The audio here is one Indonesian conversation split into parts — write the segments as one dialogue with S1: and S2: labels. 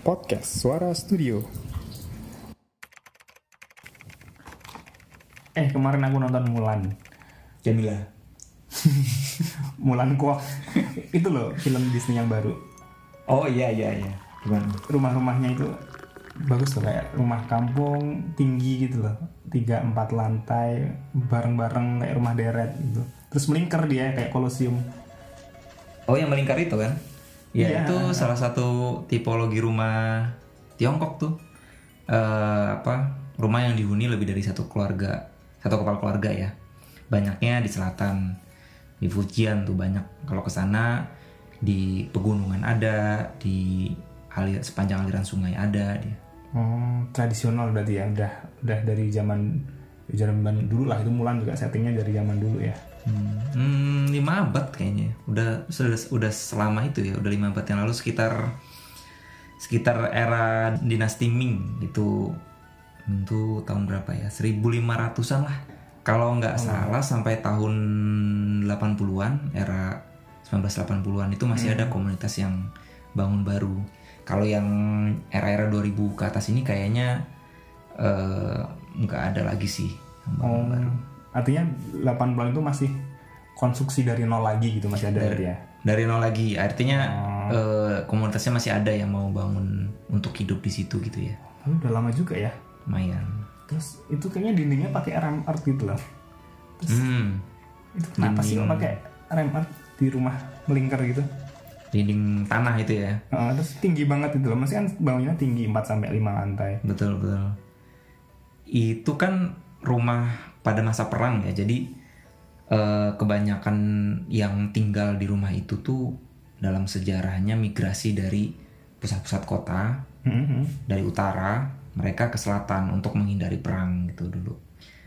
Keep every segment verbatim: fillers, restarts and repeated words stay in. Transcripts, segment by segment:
S1: Podcast Suara Studio.
S2: Eh kemarin aku nonton Mulan.
S3: Jamila.
S2: Mulan Kwok. Itu loh film Disney yang baru.
S3: Oh iya iya iya. Gimana?
S2: Rumah-rumahnya itu bagus tuh, kayak rumah kampung tinggi gitu loh, tiga empat lantai bareng-bareng kayak rumah deret gitu. Terus melingkar dia kayak kolosium.
S3: Oh yang melingkar itu kan? Ya
S2: Iya.
S3: itu salah satu tipologi rumah Tiongkok tuh. Eh apa? Rumah yang dihuni lebih dari satu keluarga, satu kepala keluarga ya. Banyaknya di selatan, di Fujian tuh banyak. Kalau ke sana di pegunungan ada, di alir sepanjang aliran sungai ada dia.
S2: Oh, tradisional berarti ya, udah udah dari zaman zaman dulu lah. Itu Mulan juga settingnya dari zaman dulu ya.
S3: Hmm, lima abad kayaknya. Udah sudah udah selama itu ya, udah lima abad yang lalu, sekitar sekitar era dinasti Ming gitu. Itu tahun berapa ya? seribu lima ratusan lah. Kalau nggak salah sampai tahun delapan puluhan, era sembilan belas delapan puluhan itu masih ada komunitas yang bangun baru. Kalau yang era-era dua ribu ke atas ini kayaknya eh, nggak ada lagi sih yang bangun
S2: Oh,
S3: baru.
S2: artinya delapan puluhan itu masih konstruksi dari nol lagi gitu, masih ada
S3: Dari,
S2: ya.
S3: dari nol lagi, artinya eh, komunitasnya masih ada yang mau bangun untuk hidup di situ gitu ya.
S2: Oh, udah lama juga ya.
S3: Lumayan.
S2: Terus itu kayaknya dindingnya pakai rem art gitu loh.
S3: Hmm,
S2: Itu kenapa sih kok pakai rem art di rumah melingkar gitu?
S3: dinding tanah itu ya.
S2: Heeh, terus tinggi banget itu loh. Masih kan bangunnya tinggi empat sampai lima lantai.
S3: Betul betul. Itu kan rumah pada masa perang ya. Jadi eh, kebanyakan yang tinggal di rumah itu tuh dalam sejarahnya migrasi dari pusat-pusat kota,
S2: Mhm.
S3: dari utara mereka ke selatan untuk menghindari perang gitu dulu.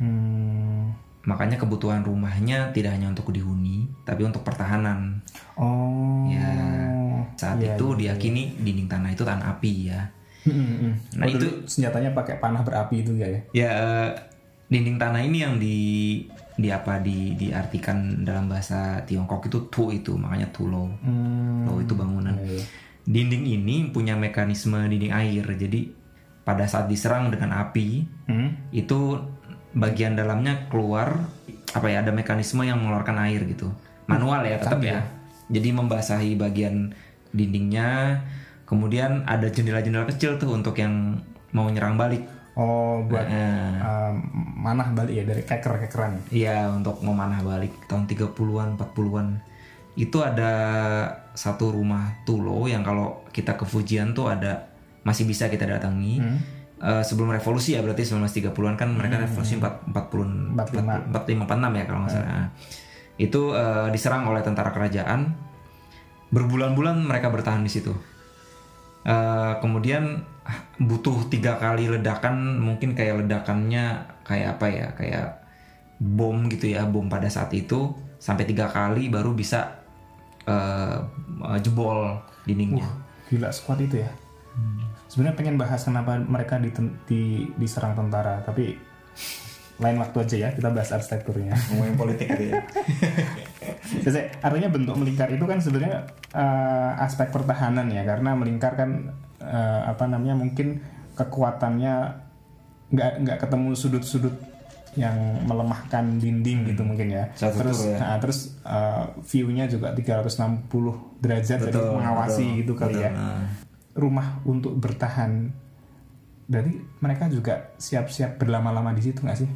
S2: Hmm.
S3: Makanya kebutuhan rumahnya tidak hanya untuk dihuni, tapi untuk pertahanan.
S2: Oh.
S3: Ya, saat
S2: Iya,
S3: itu
S2: iya,
S3: diyakini dinding tanah itu tahan api ya.
S2: Mhm.
S3: Nah,
S2: Oh,
S3: itu
S2: dulu senjatanya pakai panah berapi itu ya. ya?
S3: ya eh, dinding tanah ini yang di di apa di diartikan dalam bahasa Tiongkok itu tu itu, makanya tulo.
S2: Hmm.
S3: Lo itu bangunan.
S2: Iya, iya.
S3: Dinding ini punya mekanisme dinding air. Jadi pada saat diserang dengan api,
S2: Hmm.
S3: itu bagian dalamnya keluar apa ya, ada mekanisme yang mengeluarkan air gitu. Manual ya tetap
S2: Canggih
S3: ya. Jadi membasahi bagian dindingnya. Kemudian ada jendela-jendela kecil tuh untuk yang mau nyerang balik.
S2: Oh, buat
S3: Nah,
S2: um, manah balik ya dari keker-kekeran.
S3: iya, untuk memanah balik tahun tiga puluhan, empat puluhan. Itu ada satu rumah tulo yang kalau kita ke Fujian tuh ada, masih bisa kita datangi. Eh, sebelum revolusi ya, berarti sembilan belas tiga puluhan kan mereka revolusi empat puluh
S2: empat puluh lima.
S3: empat puluh lima empat puluh enam ya kalau nggak salah. Nah, itu eh, diserang oleh tentara kerajaan. Berbulan-bulan mereka bertahan di situ. Eh, kemudian ah, butuh tiga kali ledakan, mungkin kayak ledakannya kayak apa ya, kayak bom gitu ya, bom pada saat itu sampai tiga kali baru bisa eh, eh, jebol dindingnya.
S2: Gila squad itu ya. Sebenarnya pengen bahas kenapa mereka di, di, diserang tentara, tapi lain waktu aja ya, kita bahas arsitekturnya.
S3: Ngomongin politik gitu ya.
S2: Jadi, artinya bentuk melingkar itu kan sebenarnya eh, aspek pertahanan ya, karena melingkar kan eh, apa namanya, mungkin kekuatannya nggak nggak ketemu sudut-sudut yang melemahkan dinding gitu mungkin ya.
S3: Satu
S2: terus
S3: tur ya.
S2: nah, terus eh, view-nya juga tiga ratus enam puluh derajat, jadi
S3: Betul,
S2: mengawasi
S3: betul,
S2: gitu kali
S3: betul.
S2: ya.
S3: Nah.
S2: Rumah untuk bertahan, berarti mereka juga siap-siap berlama-lama di situ nggak sih?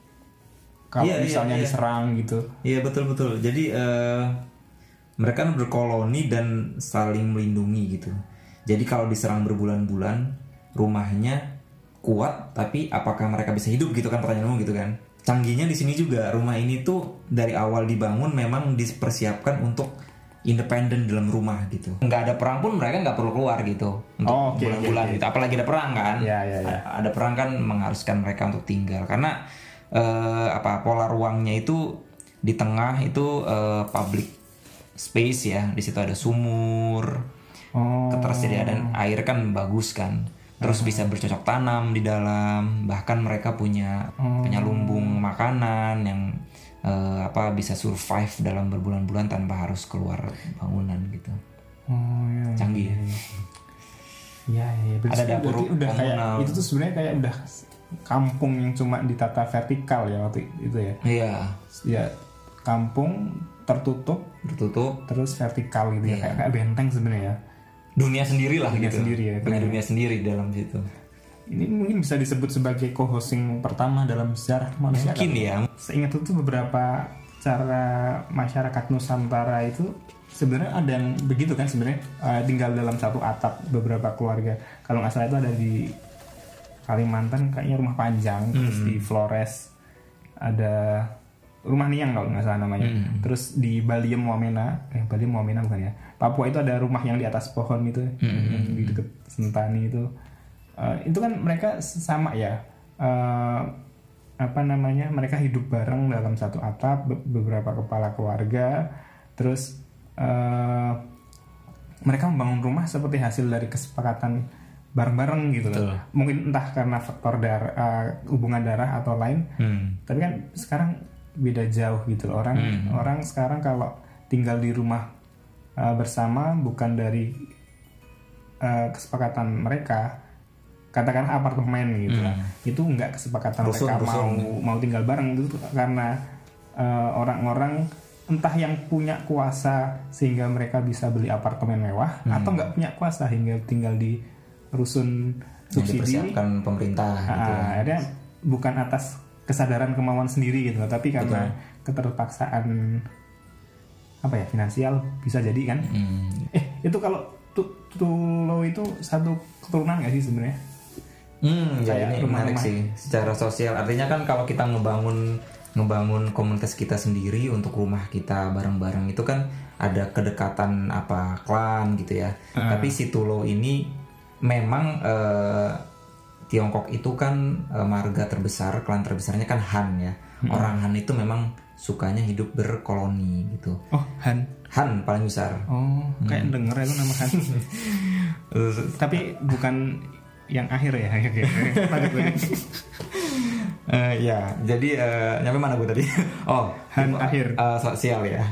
S2: Kalau
S3: Iya, iya,
S2: misalnya
S3: iya.
S2: diserang gitu.
S3: Iya betul betul. Jadi eh, mereka kan berkoloni dan saling melindungi gitu. Jadi kalau diserang berbulan-bulan, rumahnya kuat, tapi apakah mereka bisa hidup gitu kan, pertanyaanmu gitu kan? Canggihnya di sini juga, rumah ini tuh dari awal dibangun memang dipersiapkan untuk independen dalam rumah gitu. Nggak ada perang pun mereka nggak perlu keluar gitu untuk
S2: Oh, oke,
S3: bulan-bulan
S2: oke, oke.
S3: gitu. Apalagi ada perang kan?
S2: Iya, iya, iya.
S3: A- Ada perang kan mengharuskan mereka untuk tinggal karena eh, apa pola ruangnya itu di tengah itu eh, public space ya. Di situ ada sumur,
S2: Oh.
S3: ketersediaan air kan bagus kan. Terus bisa bercocok tanam di dalam. Bahkan mereka punya penyalumbung makanan yang eh, apa bisa survive dalam berbulan-bulan tanpa harus keluar bangunan gitu.
S2: Oh, iya, iya.
S3: Canggih ya.
S2: Ya, ya, berarti,
S3: ada dapur
S2: berarti udah kayak
S3: komunal.
S2: itu tuh sebenarnya kayak udah kampung yang cuma ditata vertikal ya waktu itu ya.
S3: Iya.
S2: Ya kampung tertutup,
S3: Tertutup.
S2: terus vertikal gitu ya,
S3: Iya.
S2: kayak, kayak benteng sebenarnya ya.
S3: Dunia sendiri lah
S2: Dunia
S3: gitu.
S2: sendiri ya,
S3: Punya
S2: keren.
S3: dunia sendiri dalam situ.
S2: Ini mungkin bisa disebut sebagai co-hosting pertama dalam sejarah manusia.
S3: Mungkin
S2: kan?
S3: ya.
S2: Seingat itu tuh beberapa cara masyarakat Nusantara itu sebenarnya ada yang begitu kan sebenarnya, uh, tinggal dalam satu atap beberapa keluarga. Kalau nggak salah itu ada di Kalimantan kayaknya Rumah Panjang, terus di Flores ada Rumah Niang kalau nggak salah namanya.
S3: Hmm.
S2: Terus di Baliem Wamena, eh Baliem Wamena bukan ya? Papua itu ada rumah yang di atas pohon itu, yang di dekat Sentani itu. Uh, itu kan mereka sama ya. Uh, apa namanya, mereka hidup bareng dalam satu atap, be- beberapa kepala keluarga, terus uh, mereka membangun rumah seperti hasil dari kesepakatan bareng-bareng gitu loh.
S3: Betul.
S2: Mungkin entah karena faktor darah, uh, hubungan darah atau lain,
S3: Hmm.
S2: tapi kan sekarang beda jauh gitu loh. Orang
S3: Hmm.
S2: orang sekarang kalau tinggal di rumah uh, bersama bukan dari uh, kesepakatan mereka, katakan apartemen gitu lah, itu nggak kesepakatan
S3: Rusun,
S2: mereka
S3: rusun.
S2: mau mau tinggal bareng itu karena uh, orang-orang entah yang punya kuasa sehingga mereka bisa beli apartemen mewah, atau nggak punya kuasa hingga tinggal di rusun
S3: Yang
S2: subsidi.
S3: dipersiapkan pemerintah gitu.
S2: Ah, akhirnya bukan atas kesadaran kemauan sendiri gitu, tapi karena keterpaksaan apa ya, finansial bisa jadi kan.
S3: Hmm.
S2: Eh itu kalau tu- Tulo itu satu keturunan nggak sih sebenarnya?
S3: Hmm, ya
S2: Kayak
S3: ini
S2: rumah-rumah.
S3: menarik sih. Secara sosial, artinya kan kalau kita ngebangun ngebangun komunitas kita sendiri untuk rumah kita bareng-bareng itu kan ada kedekatan apa klan gitu ya.
S2: Ah.
S3: Tapi si Tulo ini memang eh, Tiongkok itu kan eh, marga terbesar, klan terbesarnya kan Han ya. Orang Han itu memang sukanya hidup berkoloni gitu.
S2: Oh Han.
S3: Han paling besar.
S2: Oh kayak denger itu nama Han. Tapi bukan yang akhir ya. Lanjut, lanjut.
S3: Eh, ya, jadi eh, nyampe mana gue tadi? Oh,
S2: Han
S3: tipe,
S2: akhir.
S3: eh, sosial ya.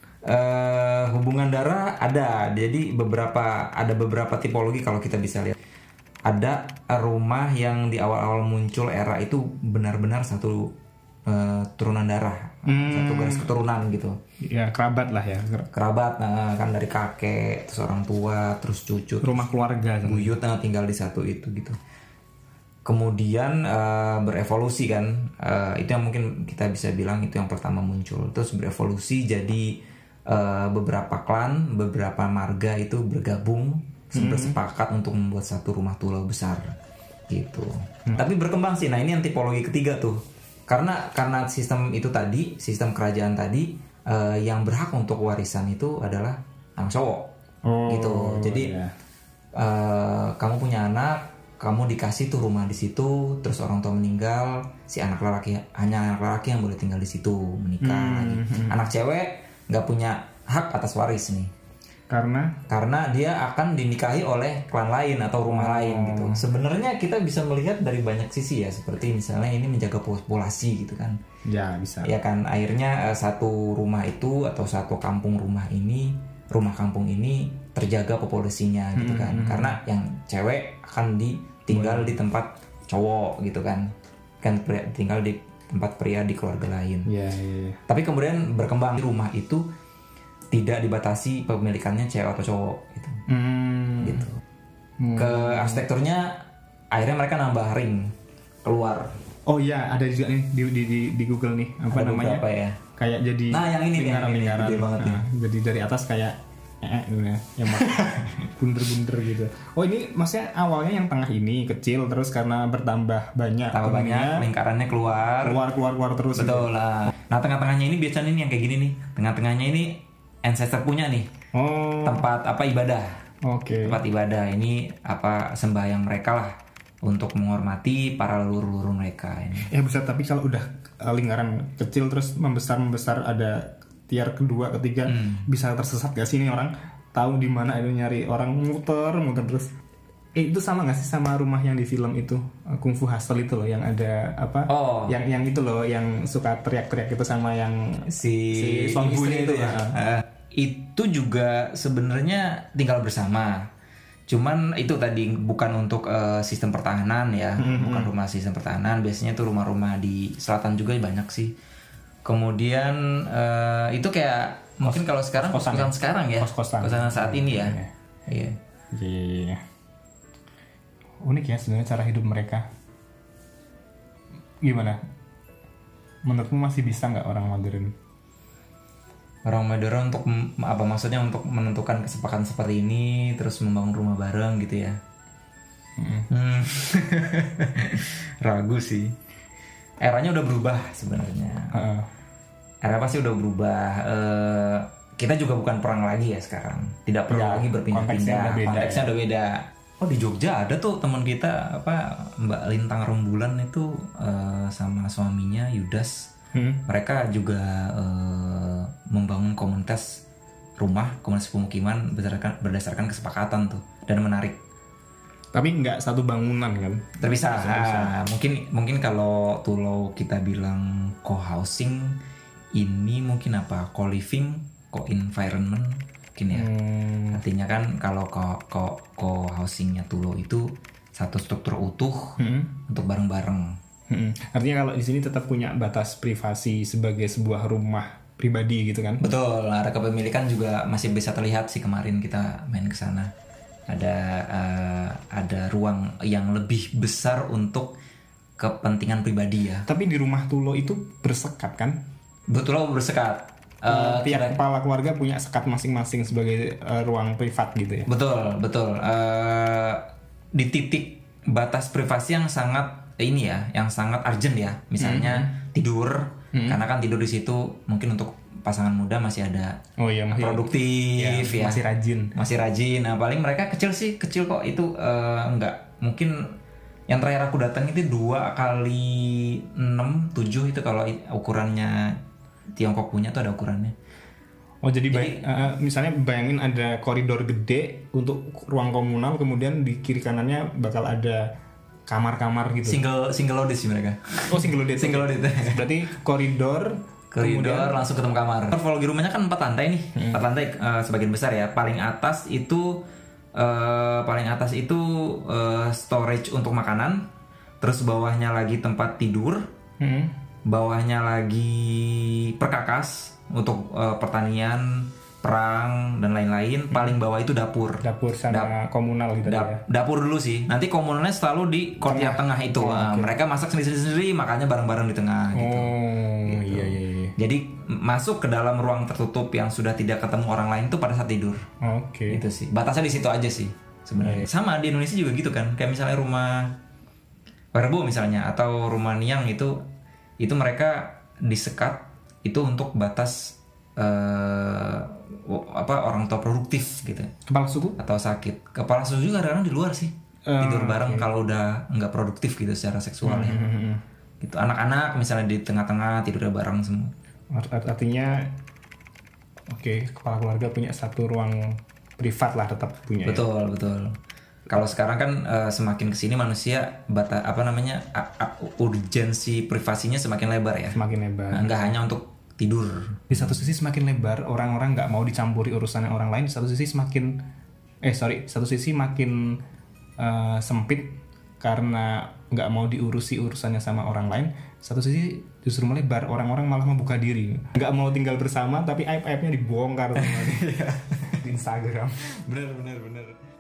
S3: Eh, hubungan darah ada, jadi beberapa ada beberapa tipologi kalau kita bisa lihat. Ada rumah yang di awal-awal muncul era itu benar-benar satu eh, turunan darah,
S2: Hmm.
S3: satu garis keturunan gitu.
S2: Ya kerabat lah ya.
S3: Kerabat, nah, kan dari kakek, terus orang tua, terus cucu,
S2: Rumah keluarga.
S3: buyut, nah, tinggal di satu itu gitu. Kemudian eh, berevolusi kan, eh, itu yang mungkin kita bisa bilang itu yang pertama muncul. Terus berevolusi jadi eh, beberapa klan, beberapa marga itu bergabung, bersepakat untuk membuat satu rumah Tulo besar gitu. Tapi berkembang sih. Nah ini yang tipologi ketiga tuh, karena karena sistem itu tadi, sistem kerajaan tadi, eh, yang berhak untuk warisan itu adalah anak cowok
S2: Oh,
S3: gitu. Jadi
S2: iya.
S3: eh, kamu punya anak, kamu dikasih tuh rumah di situ, terus orang tua meninggal, si anak lelaki hanya anak lelaki yang boleh tinggal di situ, menikah
S2: Hmm,
S3: lagi. Anak cewek nggak punya hak atas waris nih,
S2: Karena
S3: karena dia akan dinikahi oleh klan lain atau rumah lain gitu. Sebenarnya kita bisa melihat dari banyak sisi ya, seperti misalnya ini menjaga populasi gitu kan.
S2: ya bisa.
S3: Ya kan, akhirnya eh, satu rumah itu atau satu kampung rumah ini, rumah kampung ini terjaga populasinya gitu kan. Karena yang cewek akan ditinggal di tempat cowok gitu kan. Kan pria, tinggal di tempat pria di keluarga lain.
S2: Iya, iya, iya.
S3: Tapi kemudian berkembang rumah itu tidak dibatasi pemilikannya cewek atau cowok gitu.
S2: Hmm.
S3: Gitu.
S2: Hmm.
S3: Ke arsitekturnya akhirnya mereka nambah ring keluar.
S2: Oh iya, ada juga nih di di di, di Google nih apa
S3: Ada
S2: namanya?
S3: beberapa ya.
S2: Kayak jadi
S3: Nah, yang ini nih, yang ini,
S2: lingkaran-lingkaran.
S3: gede banget
S2: Nah, jadi dari atas kayak eh gitu ya, yang bunder-bunder gitu. Oh ini maksudnya awalnya yang tengah ini kecil, terus karena bertambah banyak
S3: Tambah banyak
S2: penghuninya,
S3: lingkarannya keluar.
S2: keluar keluar keluar terus.
S3: Betul lah. Nah tengah-tengahnya ini biasanya nih yang kayak gini nih. Tengah-tengahnya ini ancestor punya nih
S2: Oh,
S3: tempat apa ibadah.
S2: oke.
S3: Tempat ibadah ini apa sembahyang mereka lah untuk menghormati para leluhur mereka ini.
S2: Ya bisa, tapi kalau udah uh, lingkaran kecil terus membesar membesar ada tier kedua ketiga, bisa tersesat gak sih nih orang? Tahu di mana itu nyari orang muter muter terus. Eh itu sama gak sih sama rumah yang di film itu uh, Kung Fu Hustle itu loh, yang ada apa?
S3: Oh.
S2: Yang yang itu loh, yang suka teriak-teriak itu sama yang
S3: Si,
S2: Si suaminya
S3: istri
S2: itu ya.
S3: Eh, itu juga sebenarnya tinggal bersama. Cuman itu tadi bukan untuk uh, sistem pertahanan ya, mm-hmm. bukan rumah sistem pertahanan. Biasanya tuh rumah-rumah di selatan juga banyak sih. Kemudian uh, itu kayak Kos, mungkin kalau sekarang kos-kosan ya? sekarang ya, kos-kosan saat ini ya. Iya.
S2: Iya. Iya. Unik ya sebenarnya cara hidup mereka. Gimana? Menurutmu masih bisa nggak orang modern?
S3: Orang modern untuk apa maksudnya untuk menentukan kesepakatan seperti ini terus membangun rumah bareng gitu ya? Mm-hmm. Hmm. Ragu sih. Eranya udah berubah sebenarnya. Uh-uh. Era pasti udah berubah. Uh, kita juga bukan perang lagi ya sekarang. Tidak perlu ya, lagi berpindah-pindah. Konteksnya udah beda. Konteksnya ya. udah beda. Oh di Jogja ada tuh teman kita apa Mbak Lintang Rembulan itu uh, sama suaminya Yudas. Hmm. Mereka juga uh, membangun komunitas rumah, komunitas pemukiman berdasarkan berdasarkan kesepakatan tuh dan menarik.
S2: Tapi nggak satu bangunan kan?
S3: Terpisah. Ah, mungkin mungkin kalau Tulo kita bilang co-housing, ini mungkin apa? Co-living, co-environment, mungkin ya. Hmm. Artinya kan kalau co co co-housingnya Tulo itu satu struktur utuh hmm. untuk bareng-bareng.
S2: Hmm. Artinya kalau di sini tetap punya batas privasi sebagai sebuah rumah pribadi gitu kan?
S3: Betul, ada kepemilikan juga masih bisa terlihat sih kemarin kita main ke sana. Ada uh, ada ruang yang lebih besar untuk kepentingan pribadi ya.
S2: Tapi di rumah Tulo itu bersekat kan?
S3: Betul, bersekat. Uh,
S2: Tiap kira- kepala keluarga punya sekat masing-masing sebagai uh, ruang privat gitu ya?
S3: Betul, betul. Uh, di titik batas privasi yang sangat ini ya, yang sangat urgent ya, misalnya mm-hmm. tidur, mm-hmm. karena kan tidur di situ mungkin untuk pasangan muda masih ada
S2: oh, iya, masih,
S3: produktif ya, ya,
S2: masih rajin,
S3: masih rajin. Nah paling mereka kecil sih, kecil kok itu uh, enggak, mungkin yang terakhir aku datang itu dua kali enam tujuh itu kalau ukurannya Tiongkok punya tuh ada ukurannya.
S2: Oh jadi, jadi baik, uh, misalnya bayangin ada koridor gede untuk ruang komunal, kemudian di kiri kanannya bakal ada kamar-kamar gitu.
S3: Single single loaded sih mereka.
S2: Oh single loaded.
S3: Single loaded.
S2: Berarti koridor,
S3: koridor kemudian langsung ketemu kamar. Morfologi rumahnya kan empat lantai nih, hmm. empat lantai uh, sebagian besar ya. Paling atas itu uh, paling atas itu uh, storage untuk makanan, terus bawahnya lagi tempat tidur, hmm. bawahnya lagi perkakas untuk uh, pertanian, perang dan lain-lain. Paling bawah itu dapur.
S2: Dapur sama Dap- komunal gitu
S3: dap-
S2: ya.
S3: Dapur dulu sih. Nanti komunalnya selalu di courtyard tengah, tengah itu. Oh, nah, okay. Mereka masak sendiri-sendiri, makanya bareng-bareng di tengah gitu.
S2: Oh, gitu. Iya iya iya.
S3: Jadi masuk ke dalam ruang tertutup yang sudah tidak ketemu orang lain tuh pada saat tidur.
S2: Oke. Okay.
S3: Itu sih. Batasnya di situ aja sih sebenarnya. Yeah. Sama di Indonesia juga gitu kan. Kayak misalnya rumah Werbo misalnya atau rumah Niang itu itu mereka disekat itu untuk batas uh, apa orang tua produktif gitu,
S2: kepala suku
S3: atau sakit. Kepala suku juga kadang-kadang di luar sih uh, tidur bareng okay. kalau udah nggak produktif gitu secara seksual mm-hmm. ya gitu. Anak-anak misalnya di tengah-tengah tidurnya bareng semua.
S2: Art- artinya oke okay, kepala keluarga punya satu ruang privat lah, tetap punya.
S3: Betul ya? Betul. Kalau sekarang kan uh, semakin kesini manusia bata apa namanya a- a- urgensi privasinya semakin lebar ya.
S2: Semakin lebar.
S3: Nah, nggak hanya untuk tidur.
S2: Di satu sisi semakin lebar, orang-orang nggak mau dicampuri urusannya orang lain. Di satu sisi semakin, eh sorry, satu sisi makin uh, sempit karena nggak mau diurusi urusannya sama orang lain. Satu sisi justru melebar, orang-orang malah membuka diri, nggak mau tinggal bersama, tapi aib-aibnya dibongkar di Instagram.
S3: Bener bener bener.